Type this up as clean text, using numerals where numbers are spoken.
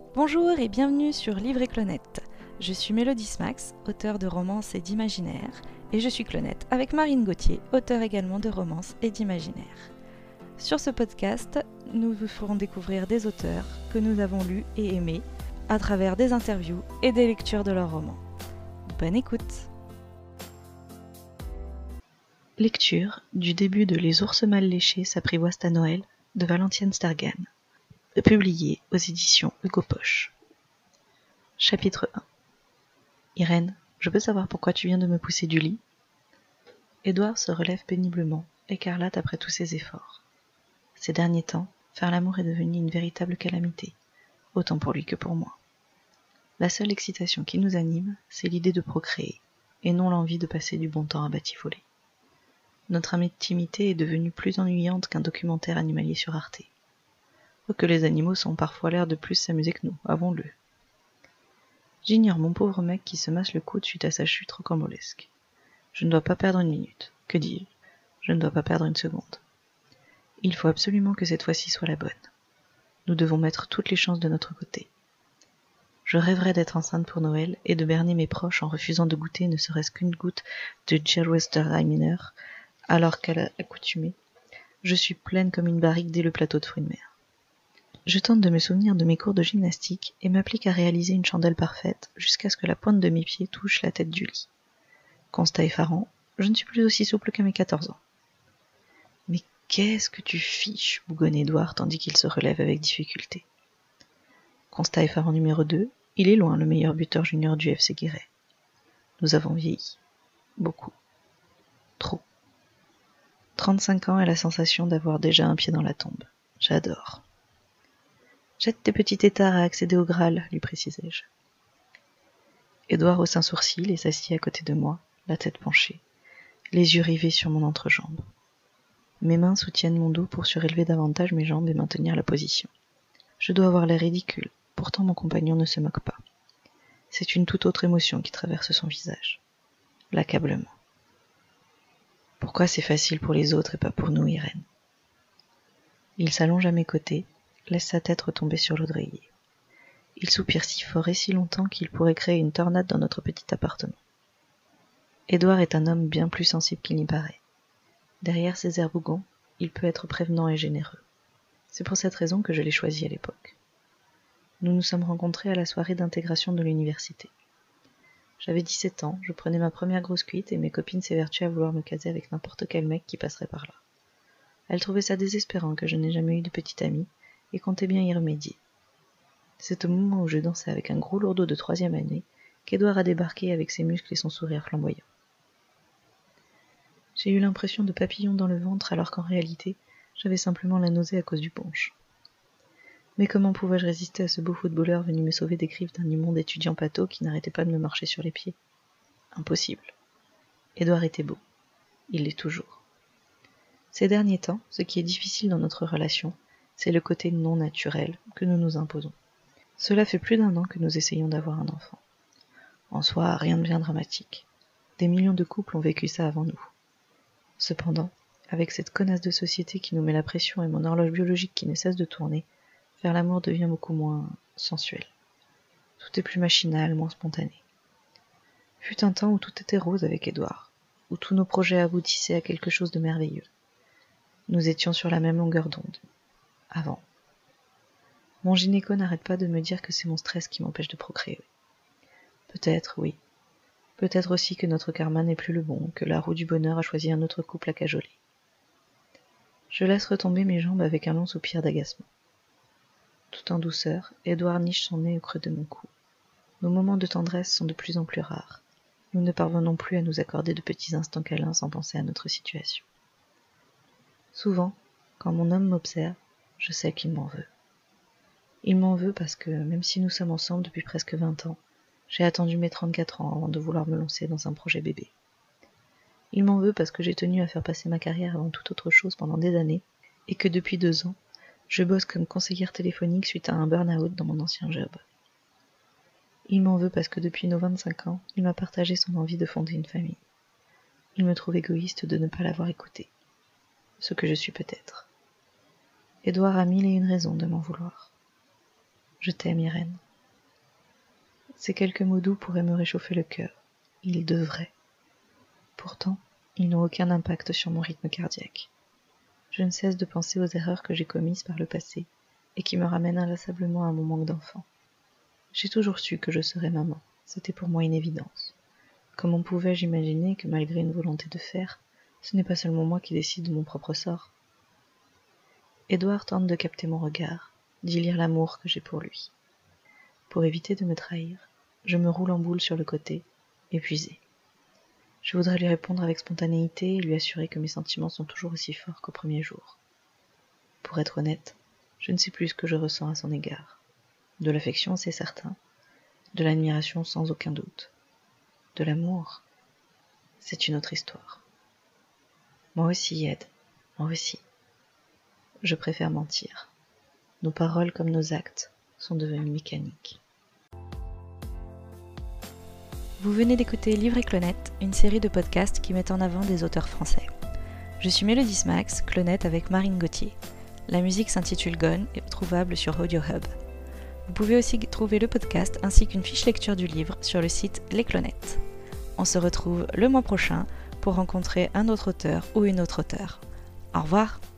Bonjour et bienvenue sur Livre et Clonette. Je suis Mélodie Smax, auteure de romances et d'imaginaire, et je suis Clonette avec Marine Gauthier, auteure également de romances et d'imaginaire. Sur ce podcast, nous vous ferons découvrir des auteurs que nous avons lus et aimés à travers des interviews et des lectures de leurs romans. Bonne écoute! Lecture du début de Les ours mal léchés s'apprivoisent à Noël de Valentiane Stergan, publié aux éditions Hugo Poche. Chapitre 1. Irène, je peux savoir pourquoi tu viens de me pousser du lit? Édouard se relève péniblement, écarlate après tous ses efforts. Ces derniers temps, faire l'amour est devenu une véritable calamité, autant pour lui que pour moi. La seule excitation qui nous anime, c'est l'idée de procréer, et non l'envie de passer du bon temps à batifoler. Notre intimité est devenue plus ennuyante qu'un documentaire animalier sur Arte. Que les animaux sont parfois l'air de plus s'amuser que nous, avouons-le. J'ignore mon pauvre mec qui se masse le coude suite à sa chute rocambolesque. Je ne dois pas perdre une minute. Que dis-je? Je ne dois pas perdre une seconde. Il faut absolument que cette fois-ci soit la bonne. Nous devons mettre toutes les chances de notre côté. Je rêverais d'être enceinte pour Noël et de berner mes proches en refusant de goûter ne serait-ce qu'une goutte de Gewürztraminer, alors qu'à l'accoutumée, je suis pleine comme une barrique dès le plateau de fruits de mer. Je tente de me souvenir de mes cours de gymnastique et m'applique à réaliser une chandelle parfaite jusqu'à ce que la pointe de mes pieds touche la tête du lit. Constat effarant, je ne suis plus aussi souple qu'à mes 14 ans. Mais qu'est-ce que tu fiches, bougonne Édouard tandis qu'il se relève avec difficulté. Constat effarant numéro 2, il est loin le meilleur buteur junior du FC Guéret. Nous avons vieilli. Beaucoup. Trop. 35 ans et la sensation d'avoir déjà un pied dans la tombe. J'adore. Jette tes petits têtards à accéder au Graal, lui précisai-je. Édouard hausse un sourcil et s'assit à côté de moi, la tête penchée, les yeux rivés sur mon entrejambe. Mes mains soutiennent mon dos pour surélever davantage mes jambes et maintenir la position. Je dois avoir l'air ridicule, pourtant mon compagnon ne se moque pas. C'est une toute autre émotion qui traverse son visage. L'accablement. Pourquoi c'est facile pour les autres et pas pour nous, Irène? Il s'allonge à mes côtés, laisse sa tête retomber sur l'oreiller. Il soupire si fort et si longtemps qu'il pourrait créer une tornade dans notre petit appartement. Édouard est un homme bien plus sensible qu'il n'y paraît. Derrière ses airs bougons, il peut être prévenant et généreux. C'est pour cette raison que je l'ai choisi à l'époque. Nous nous sommes rencontrés à la soirée d'intégration de l'université. J'avais 17 ans, je prenais ma première grosse cuite et mes copines s'évertuaient à vouloir me caser avec n'importe quel mec qui passerait par là. Elles trouvaient ça désespérant que je n'ai jamais eu de petite amie et comptaient bien y remédier. C'est au moment où je dansais avec un gros lourdeau de 3e année qu'Édouard a débarqué avec ses muscles et son sourire flamboyant. J'ai eu l'impression de papillons dans le ventre alors qu'en réalité, j'avais simplement la nausée à cause du punch. Mais comment pouvais-je résister à ce beau footballeur venu me sauver des griffes d'un immonde étudiant pâteau qui n'arrêtait pas de me marcher sur les pieds? Impossible. Édouard était beau. Il l'est toujours. Ces derniers temps, ce qui est difficile dans notre relation, c'est le côté non naturel que nous nous imposons. Cela fait plus d'1 an que nous essayons d'avoir un enfant. En soi, rien de bien dramatique. Des millions de couples ont vécu ça avant nous. Cependant, avec cette connasse de société qui nous met la pression et mon horloge biologique qui ne cesse de tourner, faire l'amour devient beaucoup moins sensuel. Tout est plus machinal, moins spontané. Fut un temps où tout était rose avec Édouard, où tous nos projets aboutissaient à quelque chose de merveilleux. Nous étions sur la même longueur d'onde. Avant. Mon gynéco n'arrête pas de me dire que c'est mon stress qui m'empêche de procréer. Peut-être, oui. Peut-être aussi que notre karma n'est plus le bon, que la roue du bonheur a choisi un autre couple à cajoler. Je laisse retomber mes jambes avec un long soupir d'agacement. Tout en douceur, Édouard niche son nez au creux de mon cou. Nos moments de tendresse sont de plus en plus rares. Nous ne parvenons plus à nous accorder de petits instants câlins sans penser à notre situation. Souvent, quand mon homme m'observe, je sais qu'il m'en veut. Il m'en veut parce que, même si nous sommes ensemble depuis presque 20 ans, j'ai attendu mes 34 ans avant de vouloir me lancer dans un projet bébé. Il m'en veut parce que j'ai tenu à faire passer ma carrière avant toute autre chose pendant des années, et que depuis 2 ans, je bosse comme conseillère téléphonique suite à un burn-out dans mon ancien job. Il m'en veut parce que depuis nos 25 ans, il m'a partagé son envie de fonder une famille. Il me trouve égoïste de ne pas l'avoir écouté. Ce que je suis peut-être. Édouard a 1001 raisons de m'en vouloir. Je t'aime, Irène. Ces quelques mots doux pourraient me réchauffer le cœur. Ils devraient. Pourtant, ils n'ont aucun impact sur mon rythme cardiaque. Je ne cesse de penser aux erreurs que j'ai commises par le passé et qui me ramènent inlassablement à mon manque d'enfant. J'ai toujours su que je serais maman, c'était pour moi une évidence. Comment pouvais-je imaginer que malgré une volonté de faire, ce n'est pas seulement moi qui décide de mon propre sort? Édouard tente de capter mon regard, d'y lire l'amour que j'ai pour lui. Pour éviter de me trahir, je me roule en boule sur le côté, épuisée. Je voudrais lui répondre avec spontanéité et lui assurer que mes sentiments sont toujours aussi forts qu'au premier jour. Pour être honnête, je ne sais plus ce que je ressens à son égard. De l'affection, c'est certain. De l'admiration, sans aucun doute. De l'amour, c'est une autre histoire. Moi aussi, Ed, moi aussi. Je préfère mentir. Nos paroles comme nos actes sont devenus mécaniques. Vous venez d'écouter Livre et Clonette, une série de podcasts qui met en avant des auteurs français. Je suis Mélodie Smax, Clonette avec Marine Gauthier. La musique s'intitule Gone et est trouvable sur Audio Hub. Vous pouvez aussi trouver le podcast ainsi qu'une fiche lecture du livre sur le site Les Clonettes. On se retrouve le mois prochain pour rencontrer un autre auteur ou une autre auteure. Au revoir!